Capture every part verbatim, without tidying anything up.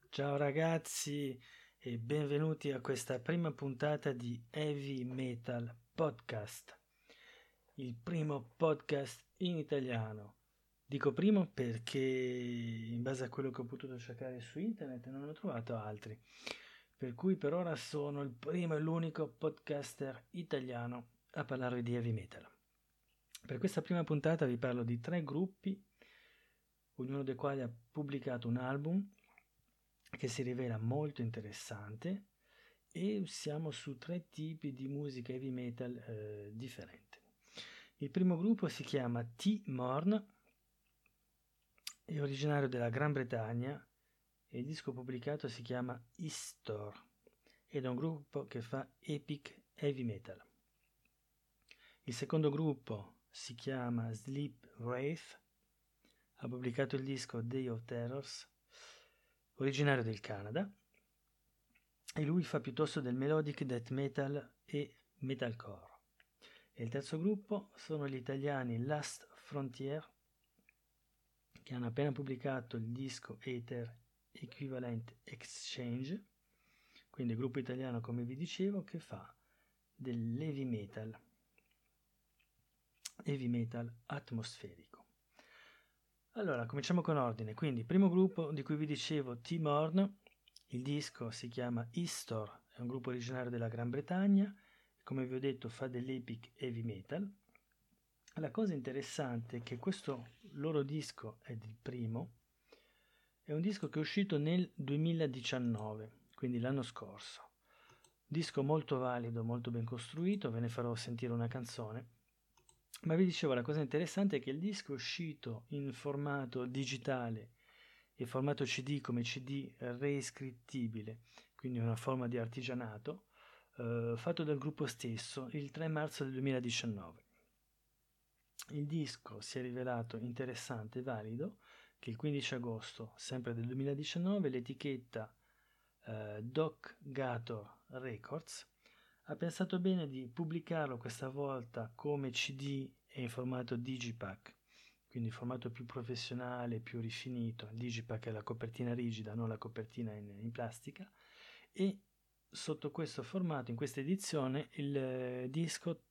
Ciao ragazzi e benvenuti a questa prima puntata di Heavy Metal Podcast, il primo podcast in italiano. Dico primo perché in base a quello che ho potuto cercare su internet non ho trovato altri, per cui per ora sono il primo e l'unico podcaster italiano a parlare di heavy metal. Per questa prima puntata vi parlo di tre gruppi, ognuno dei quali ha pubblicato un album che si rivela molto interessante, e siamo su tre tipi di musica heavy metal eh, differente. Il primo gruppo si chiama T-Morn, è originario della Gran Bretagna e il disco pubblicato si chiama Istor ed è un gruppo che fa epic heavy metal. Il secondo gruppo si chiama Sleep Wraith, ha pubblicato il disco Day of Terrors, originario del Canada, e lui fa piuttosto del melodic death metal e metalcore. E il terzo gruppo sono gli italiani Last Frontier, che hanno appena pubblicato il disco Ether Equivalent Exchange, quindi gruppo italiano, come vi dicevo, che fa dell'heavy metal, heavy metal atmosferico. Allora, cominciamo con ordine. Quindi, primo gruppo di cui vi dicevo, T-Morn, il disco si chiama Istor, è un gruppo originario della Gran Bretagna, come vi ho detto fa dell'epic heavy metal. La cosa interessante è che questo loro disco è il primo, è un disco che è uscito nel duemiladiciannove, quindi l'anno scorso. Disco molto valido, molto ben costruito, ve ne farò sentire una canzone. Ma vi dicevo, la cosa interessante è che il disco è uscito in formato digitale e formato C D, come C D reiscrittibile, quindi una forma di artigianato, eh, fatto dal gruppo stesso il tre marzo del duemiladiciannove. Il disco si è rivelato interessante e valido che il quindici agosto, sempre del duemiladiciannove, l'etichetta eh, Doc Gator Records ha pensato bene di pubblicarlo questa volta come C D e in formato Digipack, quindi formato più professionale, più rifinito. Il Digipack è la copertina rigida, non la copertina in, in plastica, e sotto questo formato, in questa edizione, il eh, disco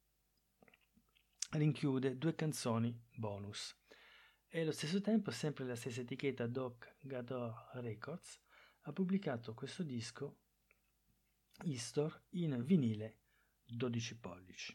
rinchiude due canzoni bonus. E allo stesso tempo, sempre la stessa etichetta Doc Gator Records ha pubblicato questo disco Istor in vinile dodici pollici.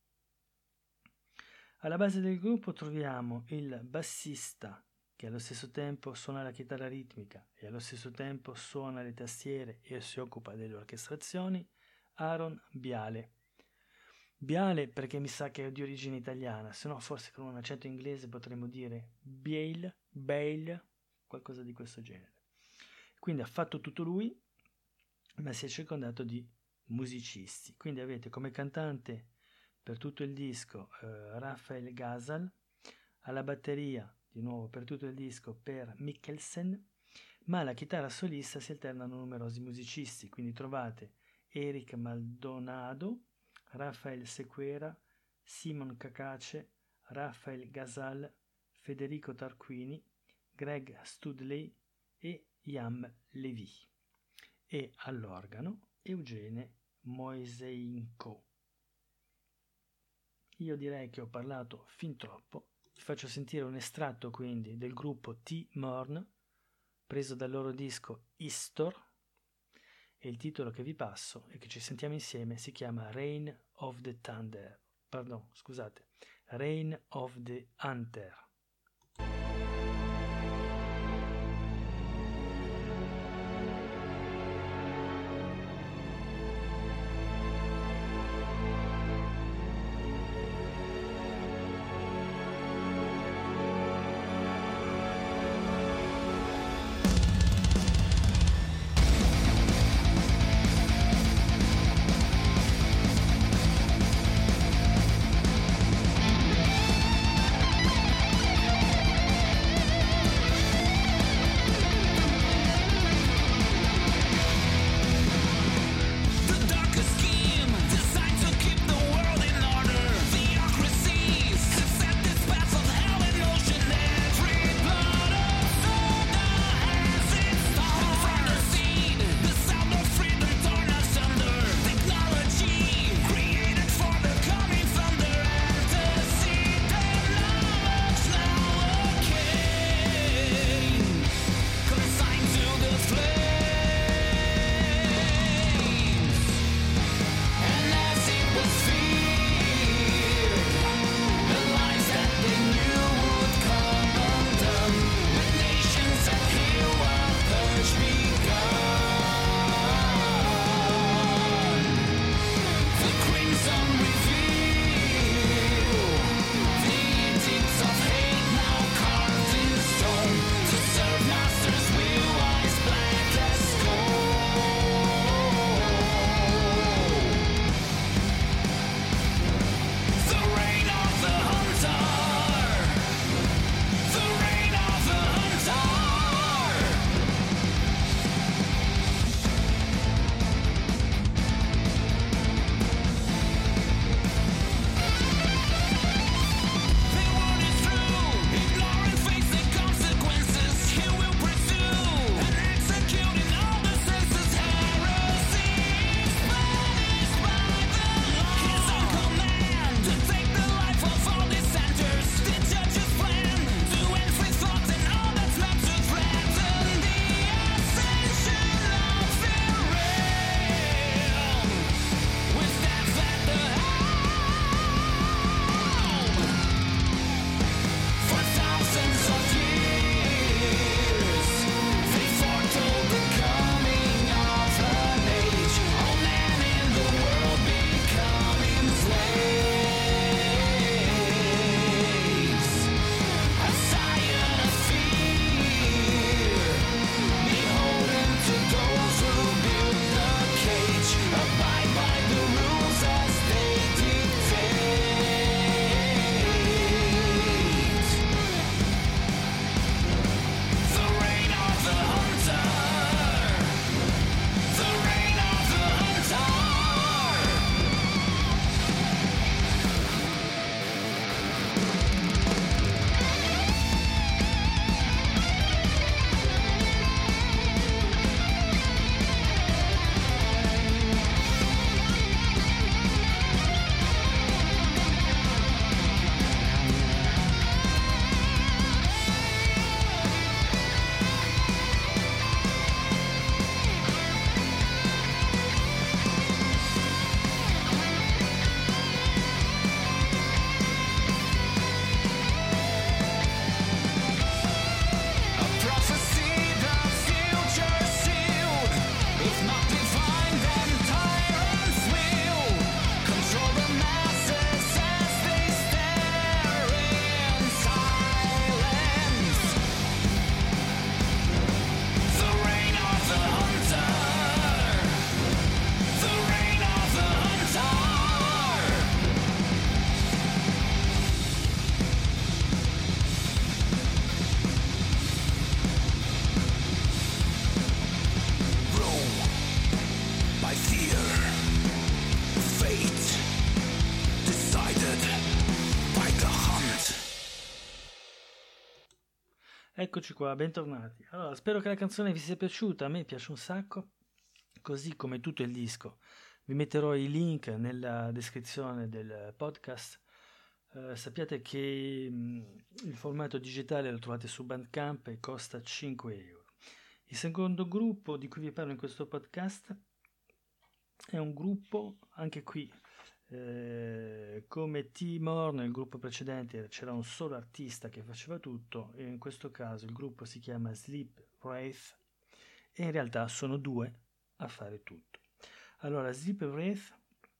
Alla base del gruppo troviamo il bassista, che allo stesso tempo suona la chitarra ritmica e allo stesso tempo suona le tastiere e si occupa delle orchestrazioni, Aaron Biale. Biale perché mi sa che è di origine italiana, se no forse con un accento inglese potremmo dire Biale, Bale, qualcosa di questo genere. Quindi ha fatto tutto lui, ma si è circondato di musicisti. Quindi avete come cantante per tutto il disco eh, Rafael Gazal, alla batteria di nuovo per tutto il disco Per Mikkelsen, ma alla chitarra solista si alternano numerosi musicisti, quindi trovate Eric Maldonado, Rafael Sequeira, Simon Cacace, Rafael Gazal, Federico Tarquini, Greg Studley e Yam Levy, e all'organo Eugene Moiseinko. Io direi che ho parlato fin troppo, vi faccio sentire un estratto quindi del gruppo T-Morn, preso dal loro disco Istor, e il titolo che vi passo e che ci sentiamo insieme si chiama Reign of the Thunder, pardon, scusate, Reign of the Hunter. Eccoci qua, bentornati. Allora, spero che la canzone vi sia piaciuta, a me piace un sacco, così come tutto il disco. Vi metterò i link nella descrizione del podcast. Eh, sappiate che mh, il formato digitale lo trovate su Bandcamp e costa cinque euro. Il secondo gruppo di cui vi parlo in questo podcast è un gruppo, anche qui, eh, come T-More, nel gruppo precedente c'era un solo artista che faceva tutto, e in questo caso il gruppo si chiama Sleep Wraith e in realtà sono due a fare tutto. Allora, Sleep Wraith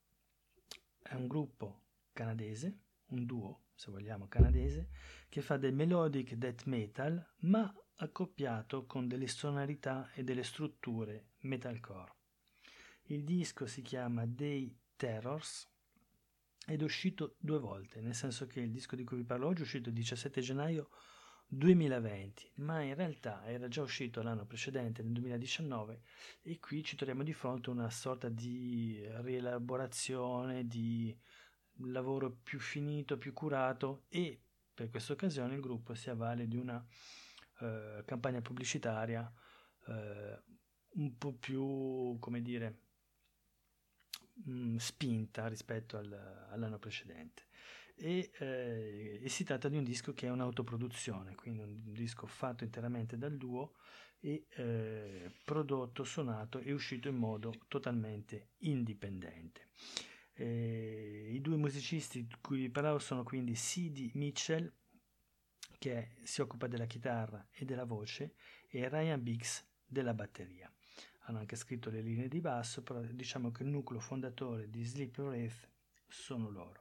è un gruppo canadese, un duo se vogliamo canadese, che fa del melodic death metal ma accoppiato con delle sonorità e delle strutture metalcore. Il disco si chiama Day Terrors ed è uscito due volte, nel senso che il disco di cui vi parlo oggi è uscito il diciassette gennaio duemilaventi, ma in realtà era già uscito l'anno precedente, nel duemiladiciannove, e qui ci troviamo di fronte a una sorta di rielaborazione, di lavoro più finito, più curato, e per questa occasione il gruppo si avvale di una eh, campagna pubblicitaria eh, un po' più, come dire, mh, spinta rispetto al, all'anno precedente. E, eh, e si tratta di un disco che è un'autoproduzione, quindi un disco fatto interamente dal duo e eh, prodotto, suonato e uscito in modo totalmente indipendente. Eh, I due musicisti di cui vi parlavo sono quindi C D Mitchell, che è, si occupa della chitarra e della voce, e Ryan Biggs della batteria. Hanno anche scritto le linee di basso, però diciamo che il nucleo fondatore di Sleep Wraith sono loro.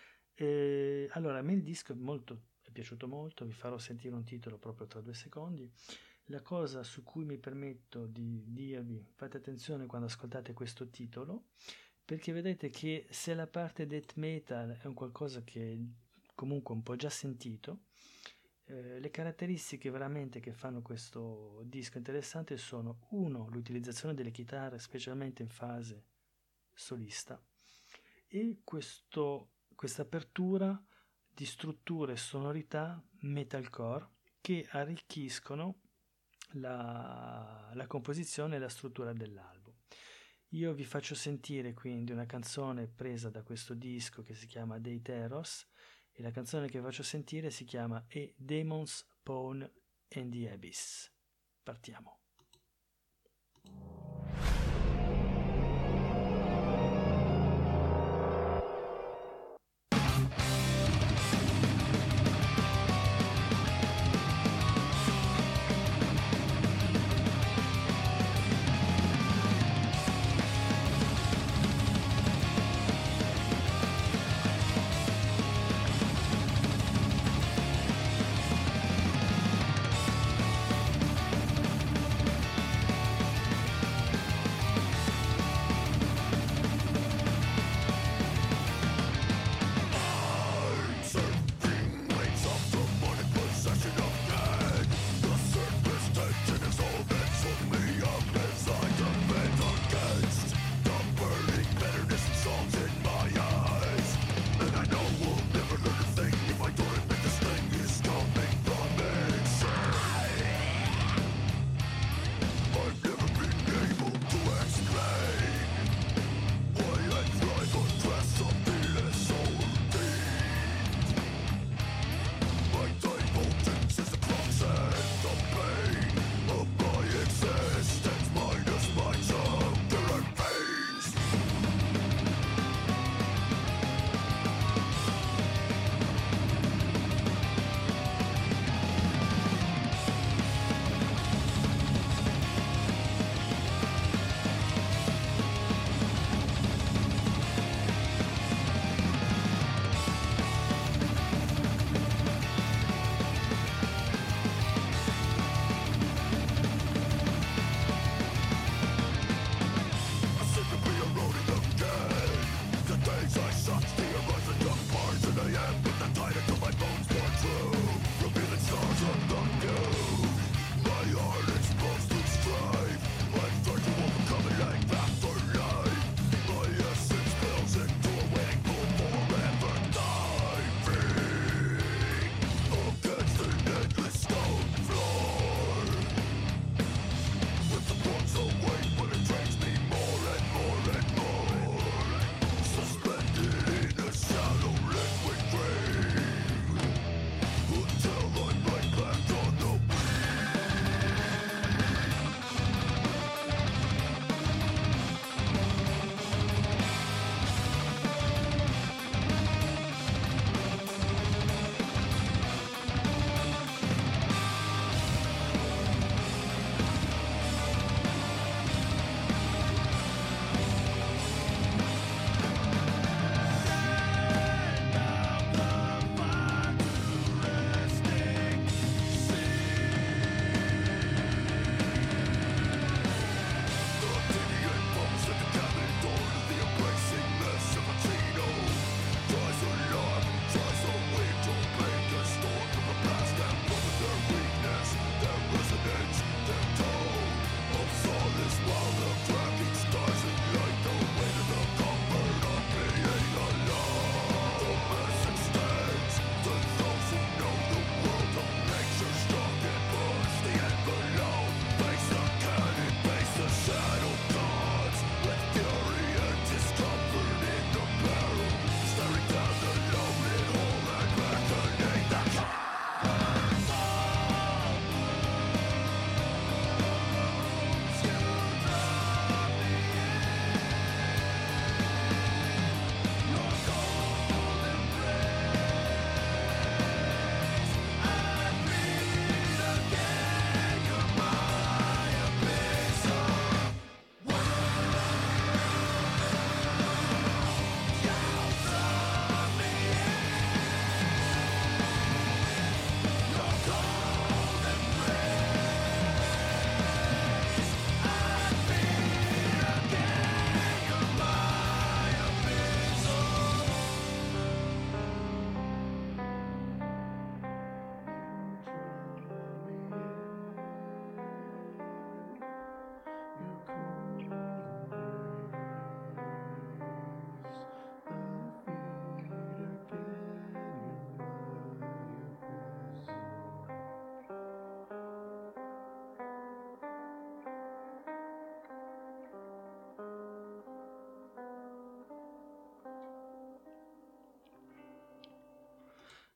E allora, a me il disco è, molto, è piaciuto molto, vi farò sentire un titolo proprio tra due secondi. La cosa su cui mi permetto di dirvi, fate attenzione quando ascoltate questo titolo, perché vedete che se la parte death metal è un qualcosa che comunque un po' già sentito, eh, le caratteristiche veramente che fanno questo disco interessante sono: uno, l'utilizzazione delle chitarre, specialmente in fase solista, e questo questa apertura di strutture e sonorità metalcore che arricchiscono la, la composizione e la struttura dell'album. Io vi faccio sentire quindi una canzone presa da questo disco che si chiama Day Terrors, e la canzone che vi faccio sentire si chiama A Demon's Pawn and the Abyss. Partiamo.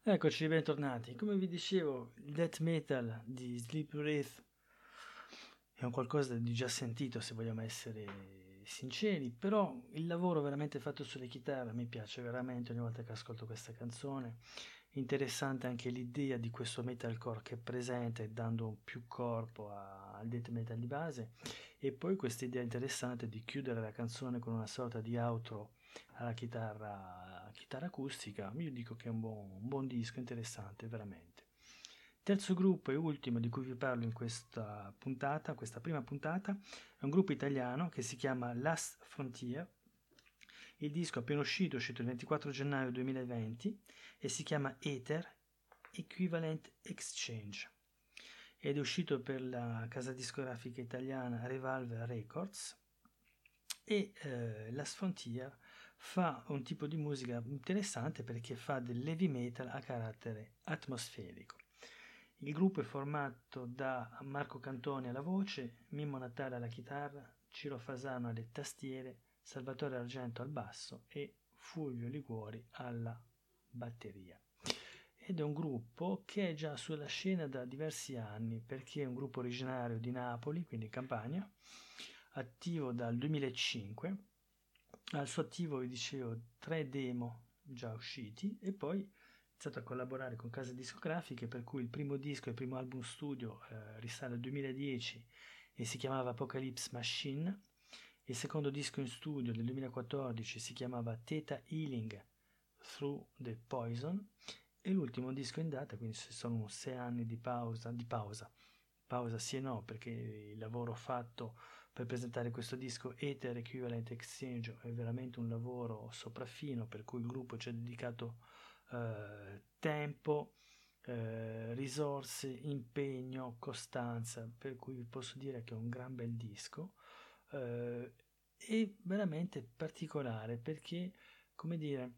Eccoci, bentornati. Come vi dicevo, il death metal di Sleep Wraith è un qualcosa di già sentito, se vogliamo essere sinceri, però il lavoro veramente fatto sulle chitarre mi piace veramente ogni volta che ascolto questa canzone. Interessante anche l'idea di questo metalcore che è presente, dando più corpo a- al death metal di base, e poi questa idea interessante di chiudere la canzone con una sorta di outro alla chitarra, chitarra acustica. Io dico che è un buon, un buon disco, interessante veramente. Terzo gruppo e ultimo di cui vi parlo in questa puntata, questa prima puntata, è un gruppo italiano che si chiama Last Frontier. Il disco è appena uscito, è uscito il ventiquattro gennaio duemilaventi e si chiama Ether Equivalent Exchange ed è uscito per la casa discografica italiana Revolver Records. E eh, Last Frontier fa un tipo di musica interessante perché fa dell'heavy metal a carattere atmosferico. Il gruppo è formato da Marco Cantoni alla voce, Mimmo Natale alla chitarra, Ciro Fasano alle tastiere, Salvatore Argento al basso e Fulvio Liguori alla batteria. Ed è un gruppo che è già sulla scena da diversi anni perché è un gruppo originario di Napoli, quindi in Campania, attivo dal duemilacinque. Al suo attivo, vi dicevo, tre demo già usciti e poi ha iniziato a collaborare con case discografiche, per cui il primo disco, il primo album studio eh, risale al duemiladieci e si chiamava Apocalypse Machine. Il secondo disco in studio del duemilaquattordici si chiamava Theta Healing Through the Poison e l'ultimo disco in data, quindi ci sono sei anni di pausa, di pausa, pausa sì e no, perché il lavoro fatto per presentare questo disco Ether Equivalent Exchange è veramente un lavoro sopraffino, per cui il gruppo ci ha dedicato eh, tempo, eh, risorse, impegno, costanza, per cui vi posso dire che è un gran bel disco eh, e veramente particolare perché, come dire,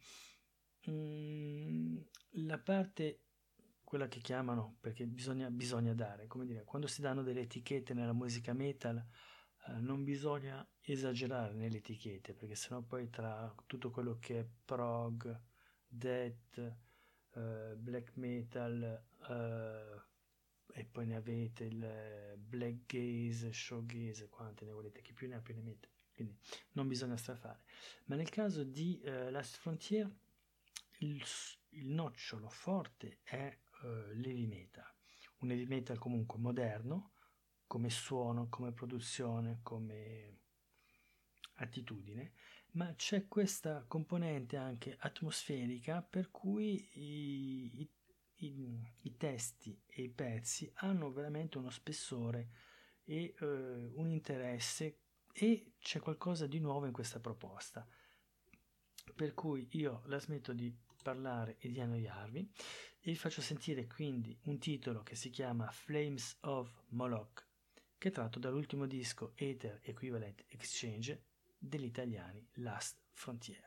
mh, la parte, quella che chiamano, perché bisogna, bisogna dare, come dire, quando si danno delle etichette nella musica metal, eh, non bisogna esagerare nelle etichette, perché sennò poi tra tutto quello che è prog, death, eh, black metal, eh, e poi ne avete il black gaze, showgaze, quante ne volete, chi più ne ha più ne mette, quindi non bisogna strafare. Ma nel caso di eh, Last Frontier il, il nocciolo forte è eh, l'heavy metal, un heavy metal comunque moderno, come suono, come produzione, come attitudine, ma c'è questa componente anche atmosferica per cui i, i, i, i testi e i pezzi hanno veramente uno spessore e eh, un interesse e c'è qualcosa di nuovo in questa proposta. Per cui io la smetto di parlare e di annoiarvi e vi faccio sentire quindi un titolo che si chiama Flames of Moloch, che è tratto dall'ultimo disco Ether Equivalent Exchange degli italiani Last Frontier.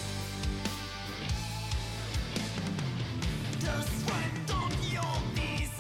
The sweat on your knees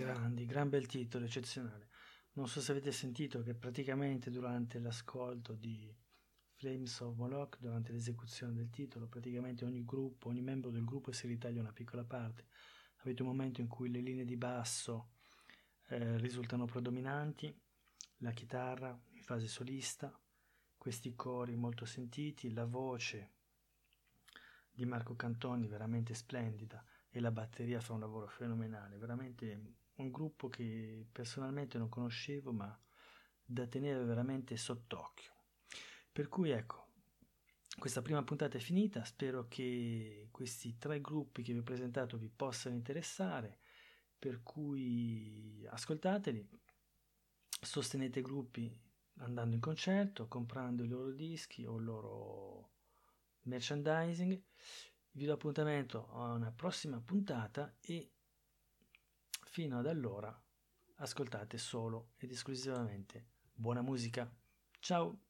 grandi, gran bel titolo, eccezionale. Non so se avete sentito che praticamente durante l'ascolto di Flames of Moloch, durante l'esecuzione del titolo, praticamente ogni gruppo, ogni membro del gruppo si ritaglia una piccola parte. Avete un momento in cui le linee di basso eh, risultano predominanti, la chitarra in fase solista, questi cori molto sentiti, la voce di Marco Cantoni veramente splendida e la batteria fa un lavoro fenomenale, veramente un gruppo che personalmente non conoscevo ma da tenere veramente sott'occhio. Per cui ecco, questa prima puntata è finita, spero che questi tre gruppi che vi ho presentato vi possano interessare, per cui ascoltateli, sostenete i gruppi andando in concerto, comprando i loro dischi o il loro merchandising. Vi do appuntamento a una prossima puntata e fino ad allora ascoltate solo ed esclusivamente buona musica. Ciao!